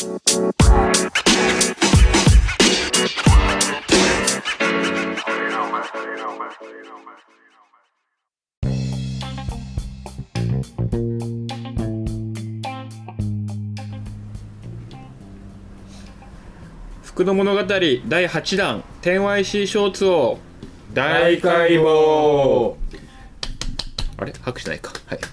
服の物語第8弾天 YC ショーツを大解剖。あれ拍手ないか。はい。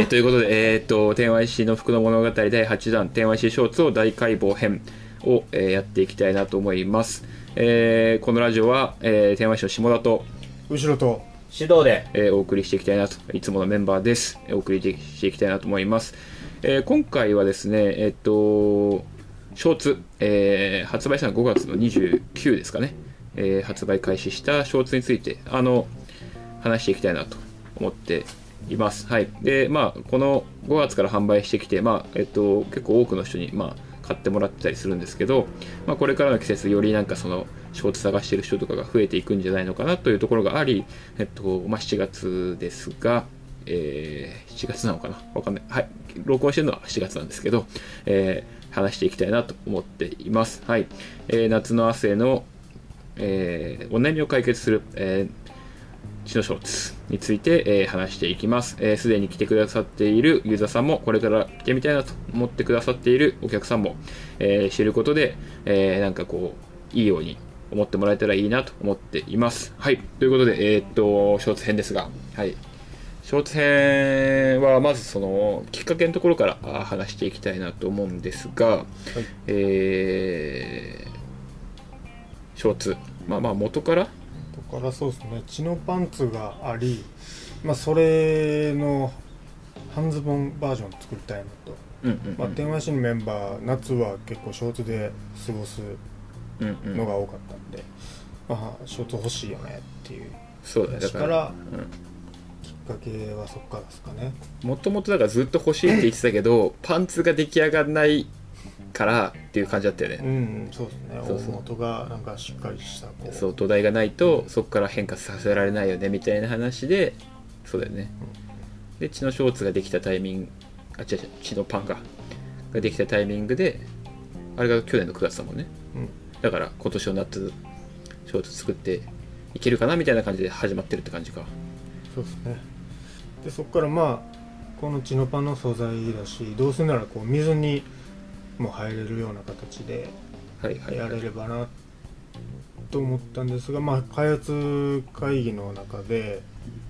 ということで、天 YC の服の物語第8弾天 YC ショーツを大解剖編を、やっていきたいなと思います。このラジオは、天 YC の下田と後ろと指導で、 お送りしていきたいなと、いつものメンバーです。お送りしていきたいなと思います。今回はですね、ショーツ、発売したのは5月の29ですかね、発売開始したショーツについて話していきたいなと思っています。はい。で、まあこの5月から販売してきて、結構多くの人に買ってもらってたりするんですけど、これからの季節よりなんかそのショーツ探してる人とかが増えていくんじゃないのかなというところがあり、7月ですが、7月なのかなわかんない。はい。録音してるのは7月なんですけど、話していきたいなと思っています。はい。夏の汗の、お悩みを解決する、血のショーツについて、話していきます。すでに来てくださっているユーザーさんも、これから来てみたいなと思ってくださっているお客さんも、知ることで、なんかこう、いいように思ってもらえたらいいなと思っています。はい。ということで、ショーツ編ですが、はい。ショーツ編はまずそのきっかけのところから話していきたいなと思うんですが、はい、ショーツ、元からそうですね、血のパンツがあり、それの半ズボンバージョンを作りたいなと。天 YC のメンバー夏は結構ショーツで過ごすのが多かったんで、ショーツ欲しいよねっていうだから、 きっかけはそっからですかね。 もともとだからずっと欲しいって言ってたけどパンツが出来上がらないからっていう感じだったよね。 そうですね。大元がなんかしっかりしたそう土台がないとそこから変化させられないよねみたいな話で、そうだよね。で血のショーツができたタイミング、血のパンができたタイミングで、あれが去年の9月だもんね。だから今年の夏ショーツ作っていけるかなみたいな感じで始まってるって感じか。 そうですね。でそこからこの血のパンの素材だし、どうせならこう水にも入れるような形でやれればなと思ったんですが、開発会議の中で、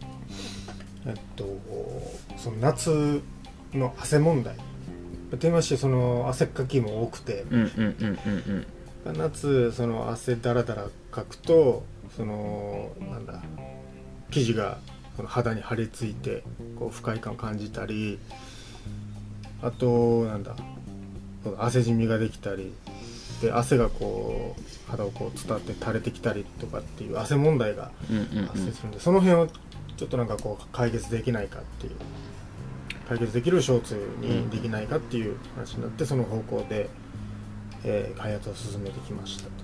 その夏の汗問題、天 YCその汗っかきも多くて、夏その汗だらだらかくとその生地がその肌に張り付いてこう不快感を感じたり、あと汗じみができたりで、汗がこう肌をこう伝って垂れてきたりとかっていう汗問題が発生するんで、その辺をちょっとこう解決できないかっていう、解決できるショーツにできないかっていう話になって、その方向で、開発を進めてきましたと。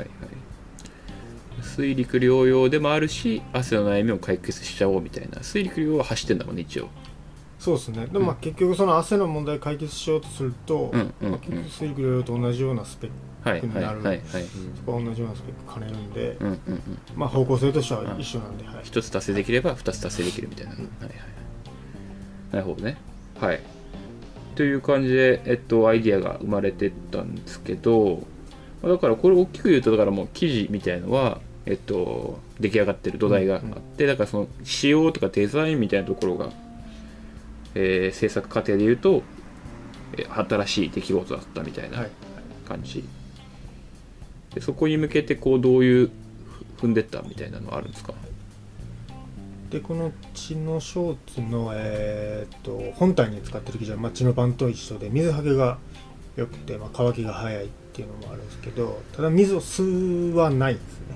水陸両用でもあるし、汗の悩みを解決しちゃおうみたいな。水陸両用は走ってんだもんね一応。 そうですね。でも結局その汗の問題を解決しようとすると、結局水陸両用と同じようなスペックになる、そこは同じようなスペック兼ねるんで、方向性としては一緒なんで、 一つ達成できれば二つ達成できるみたいな。なるほどね。はい。という感じでアイディアが生まれてったんですけど、だからこれ大きく言うと、だからもう生地みたいのは出来上がってる土台があって、だからその仕様とかデザインみたいなところが制作過程で言うと、新しい出来事だったみたいな感じ、でそこに向けてこうどういう踏んでったみたいなのはあるんですか？ でこの血のショーツの、本体に使ってる生地は、血のパンと一緒で水はけが良くて、乾きが早いっていうのもあるんですけど、ただ水を吸わないんですね。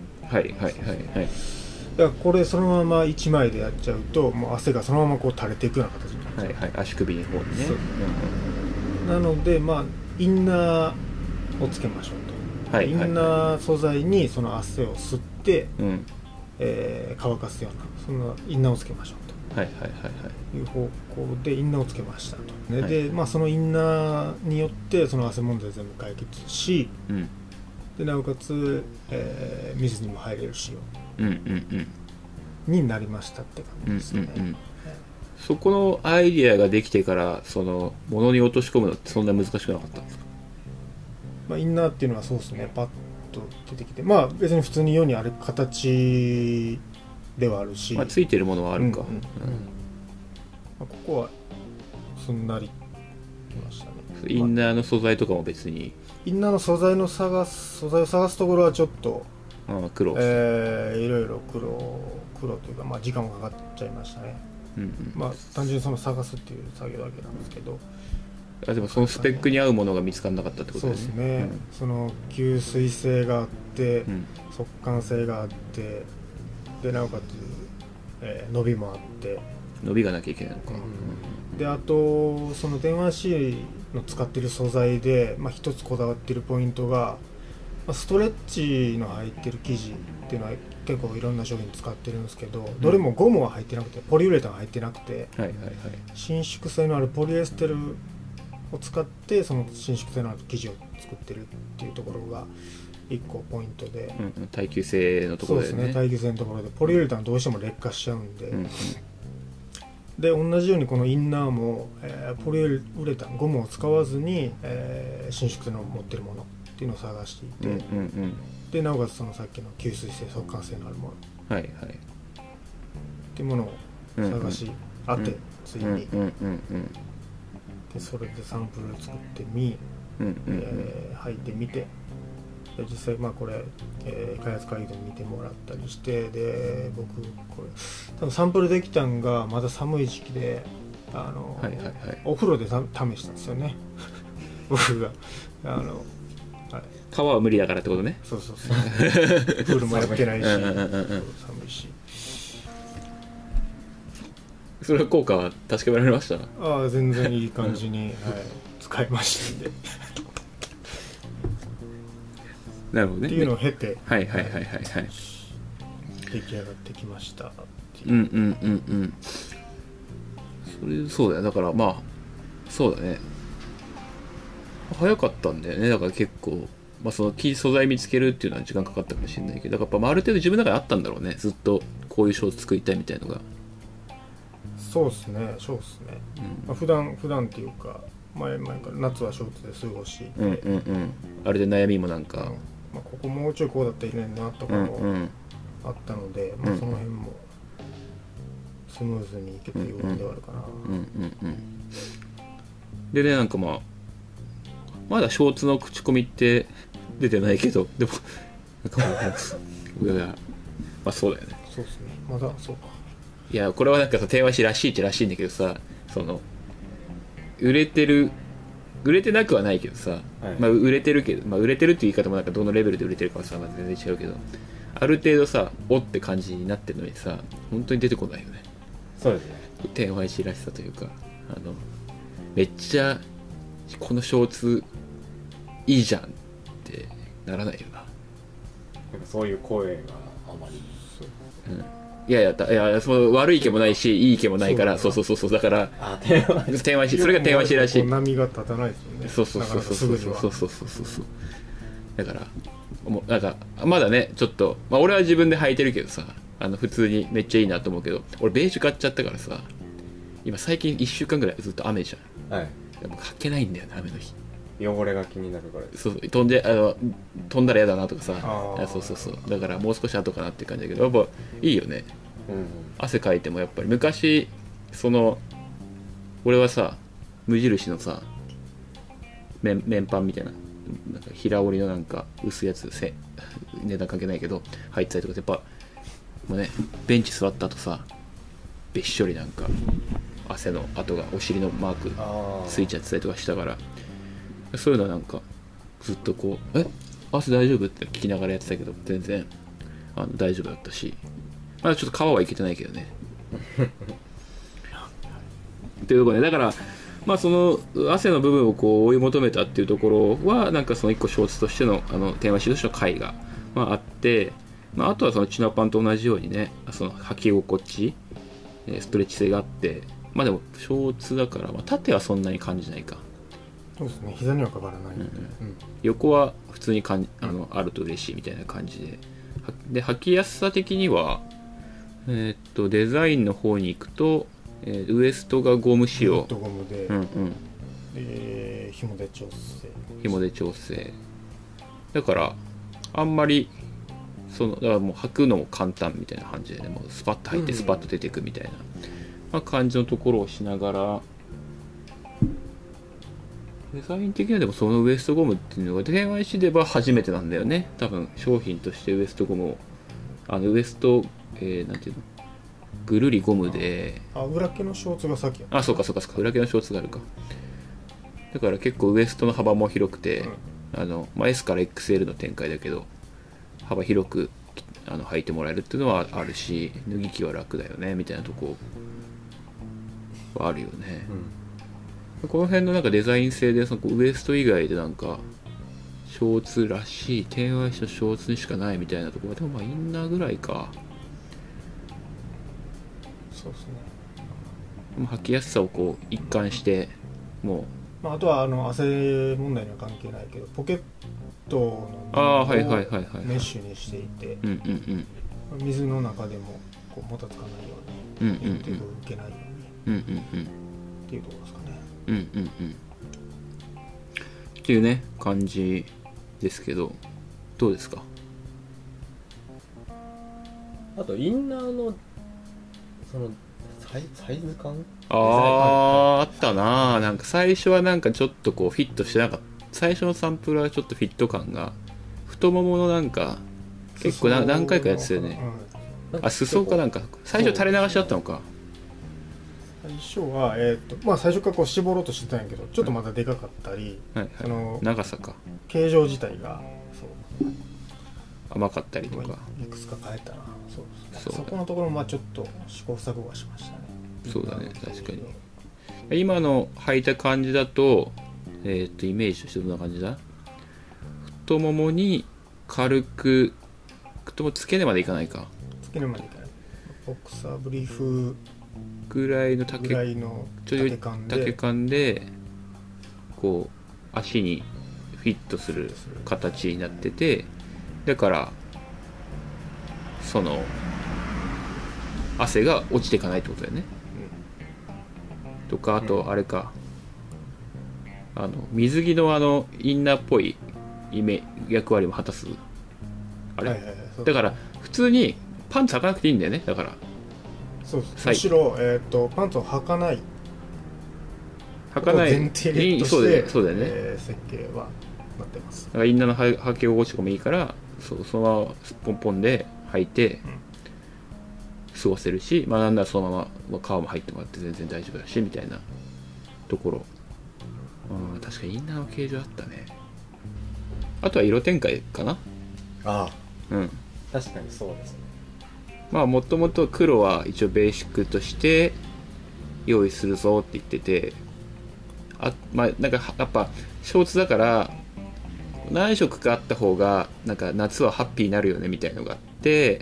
だからこれそのまま1枚でやっちゃうと、もう汗がそのままこう垂れていくような形になっちゃう。 足首の方にね。 なのでインナーをつけましょうと。インナー素材にその汗を吸って、乾かすようなそんなインナーをつけましょうはいはいはいいう方向でインナーをつけましたと、ね、 はいで、そのインナーによってその汗問題全部解決し、 うんでなおかつ、水にも入れる仕様うんうんになりましたって感じですね、 そこのアイディアができてからその物に落とし込むのってそんな難しくなかったんですか？ インナーっていうのはそうですね、パッと出てきて、別に普通に世にある形ではあるし、 ついてるものはあるか、 ここはすんなりきましたね。 インナーの素材とかも別に、 インナーの素材を探すところはちょっと苦労して、 いろいろ苦労というか、時間もかかっちゃいましたね。単純にその探すっていう作業だけなんですけど、 でもそのスペックに合うものが見つからなかったってことそうですね、その吸水性があって、速乾性があって、でなおかつ、伸びもあって、 伸びがなきゃいけないのか、 であとその電話 C の使ってる素材で、一つこだわってるポイントが、ストレッチの入ってる生地っていうのは結構いろんな商品使ってるんですけど、どれもゴムは入ってなくてポリウレタンが入ってなくて、伸縮性のあるポリエステルを使ってその伸縮性のある生地を作ってるっていうところが一個ポイントで、 耐久性のところでね。 そうですね、耐久性のところでポリウレタンどうしても劣化しちゃうんで、で同じようにこのインナーも、ポリウレタンゴムを使わずに、伸縮性の持ってるものっていうのを探していて、でなおかつそのさっきの吸水性速乾性のあるもの、っていうものを探し当て、ついに、でそれでサンプルを作ってみ、履いてみて、で実際これ、開発会議で見てもらったりして、で僕これ多分サンプルできたんがまだ寒い時期で、お風呂で試したんですよね僕が川は無理だからってことね。 そうプールもやってないし寒いし。 それは効果は確かめられました？ 全然いい感じに、使いましたんでなるほどね。 っていうのを経て、 出来上がってきましたっていう。 そうだよ。だからそうだね、早かったんだよね。だから結構その素材見つけるっていうのは時間かかったかもしれないけど、だからある程度自分の中であったんだろうね。ずっとこういうショーツ作りたいみたいのが。 そうですね。普段っていうか前から夏はショーツで過ごしていて、 あれで悩みもなんか、 ここもうちょいこうだったらいいねんなとかもあったので、その辺もスムーズにいけた要因ではあるかな。 でね、なんかまだショーツの口コミって出てないけど、でもなんかそうだよね。 そうですね。まだそうか。 いやこれはなんかさ、TYCらしいっちゃらしいんだけどさ、その売れてなくはないけどさ、売れてるけど、売れてるっていう言い方もなんかどのレベルで売れてるかはさ、全然違うけど、ある程度さおって感じになってるのにさ、本当に出てこないよね。 そうですね。 TYCらしさというか、めっちゃこのショーツいいじゃんってならないよな。 なんかそういう声があまり、 いやその悪い意見もないしいい意見もないから、そうだからTYC、それが TYC らしい。 波が立たないですよね。 そうだからもうなんかまだねちょっと、俺は自分で履いてるけどさ、普通にめっちゃいいなと思うけど、俺ベージュ買っちゃったからさ、今最近1週間ぐらいずっと雨じゃん。でも履けないんだよね、雨の日。 汚れが気になるからです。 飛んだら嫌だなとかさ、そうだからもう少し後かなっていう感じだけど、やっぱいいよね。汗かいてもやっぱり昔俺はさ、無印のさ綿パンみたいな、なんか平織りのなんか薄いやつ値段関係ないけど入ってたりとか、やっぱもうね、ベンチ座った後さ、べっしょりなんか汗の跡がお尻のマークついちゃってたりとかしたから、そういうのはなんかずっとこう汗大丈夫って聞きながらやってたけど、全然大丈夫だったし、まだちょっと皮はいけてないけどねっていうところで、だからその汗の部分をこう追い求めたっていうところは、なんかその一個ショーツとしてのテーマ誌としての回があって、あとはそのチノパンと同じようにね、その履き心地ストレッチ性があって、まあでもショーツだから、まあ、縦はそんなに感じないか。 そうですね、膝にはかからないので、 横は普通にあると嬉しいみたいな感じで、履きやすさ的には、デザインの方に行くと、ウエストがゴム仕様、 ゴムで、紐で調整だからあんまりだからもう履くのも簡単みたいな感じで、ね、もうスパッと履いてスパッと出ていくみたいな、まあ、感じのところをしながら、デザイン的にはでもそのウエストゴムっていうのが電話石では初めてなんだよね、多分商品としてウエストゴムをウエスト、なんていうの、ぐるりゴムで、 裏毛のショーツが先やった。 そうか裏毛のショーツがあるか。だから結構ウエストの幅も広くて、まあ、S から XL の展開だけど幅広く履いてもらえるっていうのはあるし、脱ぎ着は楽だよねみたいなとこはあるよね、この辺のなんかデザイン性でそのウエスト以外でなんかショーツらしい天和石のショーツにしかないみたいなところは、でもまあインナーぐらいか。 そうですね。 履きやすさをこう一貫してもう、 あとは汗問題には関係ないけど、ポケットのをメッシュにしていて、水の中でもこうもたつかないように、受けないようにっていうところですかね。 っていうね感じですけど、どうですか？ あとインナーのそのサイズ感、 あったな。なんか最初はなんかちょっとこうフィットしてなかった。最初のサンプルはちょっとフィット感が、太もものなんか結構何回かやってたよね。裾かなんか最初垂れ流しだったのか。 最初はまあ最初からこう絞ろうとしてたんやけど、ちょっとまだでかかったり、 その長さか形状自体が甘かったりとか、 いくつか変えたな。そこのところもちょっと試行錯誤はしましたね。 そうだね、確かに。今の履いた感じだと、イメージとしてどんな感じだ？太ももに軽く、太もも付け根までいかないか。 付け根までいかない。ボクサーブリーフぐらいの丈感で、こう足にフィットする形になってて、だからその汗が落ちていかないってことだよね、とか、あとあれか、水着のインナーっぽい役割も果たすあれ、だから普通にパンツ履かなくていいんだよね。だからそうです。むしろ、パンツを履かない前提としてそうだよね、 設計はなってます。 だからインナーの履き心地とかもいいから、そのままポンポンで履いて過ごせるし、まあなんならそのまま皮も入ってもらって全然大丈夫だしみたいなところ。確かにインナーの形状あったね。あとは色展開かな。 確かにそうですね。 まあもともと黒は一応ベーシックとして用意するぞって言ってて、まあなんかやっぱショーツだから何色かあった方がなんか夏はハッピーになるよねみたいのがあって、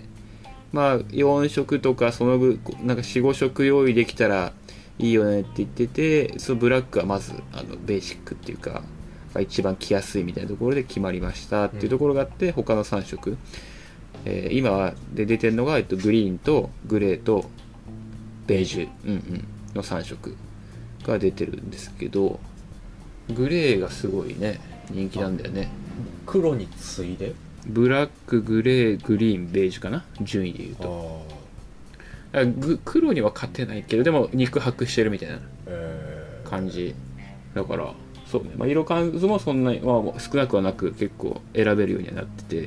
まあ4色とかそのなんか 4,5 色用意できたらいいよねって言ってて、そのブラックはまずベーシックっていうか一番着やすいみたいなところで決まりましたっていうところがあって、他の3色、今で出てるのが、グリーンとグレーとベージュ、の3色が出てるんですけど、グレーがすごいね人気なんだよね。 黒に次いでブラック、グレー、グリーン、ベージュかな、順位でいうと。黒には勝てないけど、でも肉薄してるみたいな感じだから、そうね、まあ、色感もそんなに、まあ、少なくはなく結構選べるようにはなってて、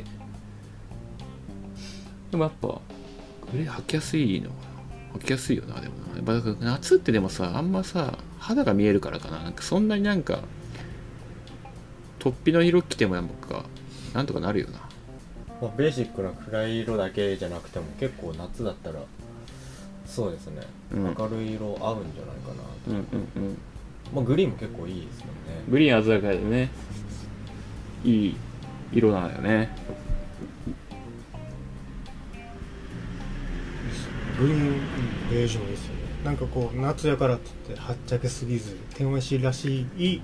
でもやっぱグレー履きやすいのかな。履きやすいよな。でもな、やっぱ夏ってでもさ、あんまさ肌が見えるからかな、なんかそんなになんか突飛の色着てもやっぱなんとかなるよな。 まあ、ベーシックな暗い色だけじゃなくても結構夏だったらそうですね、明るい色合うんじゃないかなと。まあ、グリーンも結構いいですよね。 グリーン鮮やかでね、いい色なんだよね。 グリーンベージュもいいですよね。なんかこう夏やからって言ってはっちゃけすぎず天和市らしい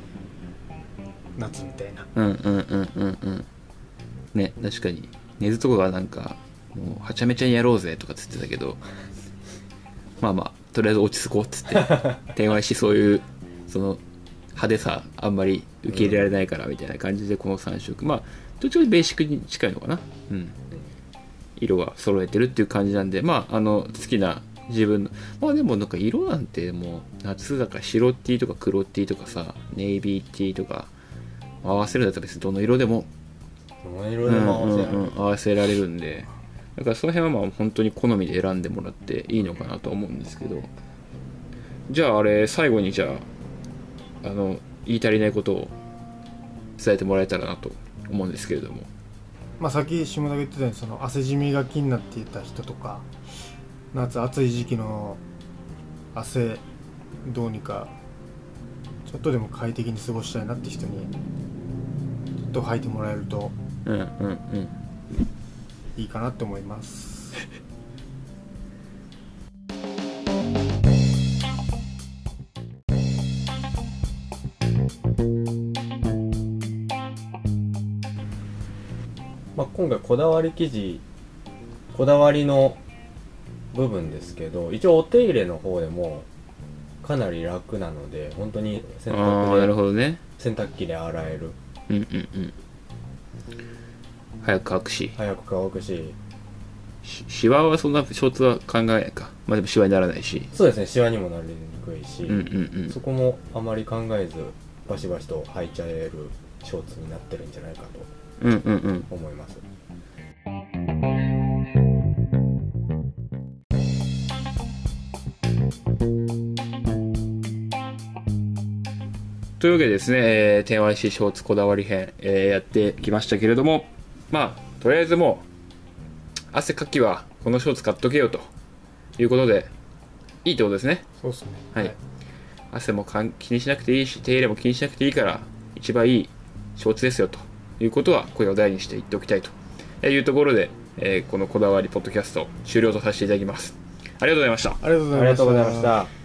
夏みたいな。 うんうんうんうんうんね、確かに根津とかがなんかもうはちゃめちゃにやろうぜとかつってたけど、まあまあとりあえず落ち着こうっつって天和市そういうその派手さあんまり受け入れられないからみたいな感じでこの3色、まあどっちかというとベーシックに近いのかな、うん、色が揃えてるっていう感じなんで、まあ好きな自分の、まあでもなんか色なんてもう夏だから白 T とか黒 T とかさネイビー T とか合わせるんだったら別にどの色でもその色でも合わせられる、 合わせられるんで、だからその辺はまあ本当に好みで選んでもらっていいのかなと思うんですけど、じゃああれ最後にじゃあ言い足りないことを伝えてもらえたらなと思うんですけれども。 まあさっき下田が言ってたようにその汗じみが気になっていた人とか夏暑い時期の汗どうにかちょっとでも快適に過ごしたいなって人にちょっと履いてもらえるとうんうんうんいいかなって思いますまあ、今回こだわり生地こだわりの部分ですけど、一応お手入れの方でもかなり楽なので本当に洗ああなるほどね。 濯機で洗える、 うんうんうん早く乾くし早く乾くし、 シワはそんなショーツは考えないか。まあでもシワにならないし。 そうですね、シワにもなりにくいし、 うんうんうんそこもあまり考えずバシバシと履いちゃえるショーツになってるんじゃないかとうんうんうん思います。 というわけでですね、天和石ショーツこだわり編、やってきましたけれども、まあとりあえずもう汗かきはこのショーツ買っとけよということでいいってことですね。 そうですねはい、汗も気にしなくていいし手入れも気にしなくていいから一番いいショーツですよということは声を大にして言っておきたいというところで、このこだわりポッドキャスト終了とさせていただきます。ありがとうございました。 ありがとうございました。 ありがとうございました。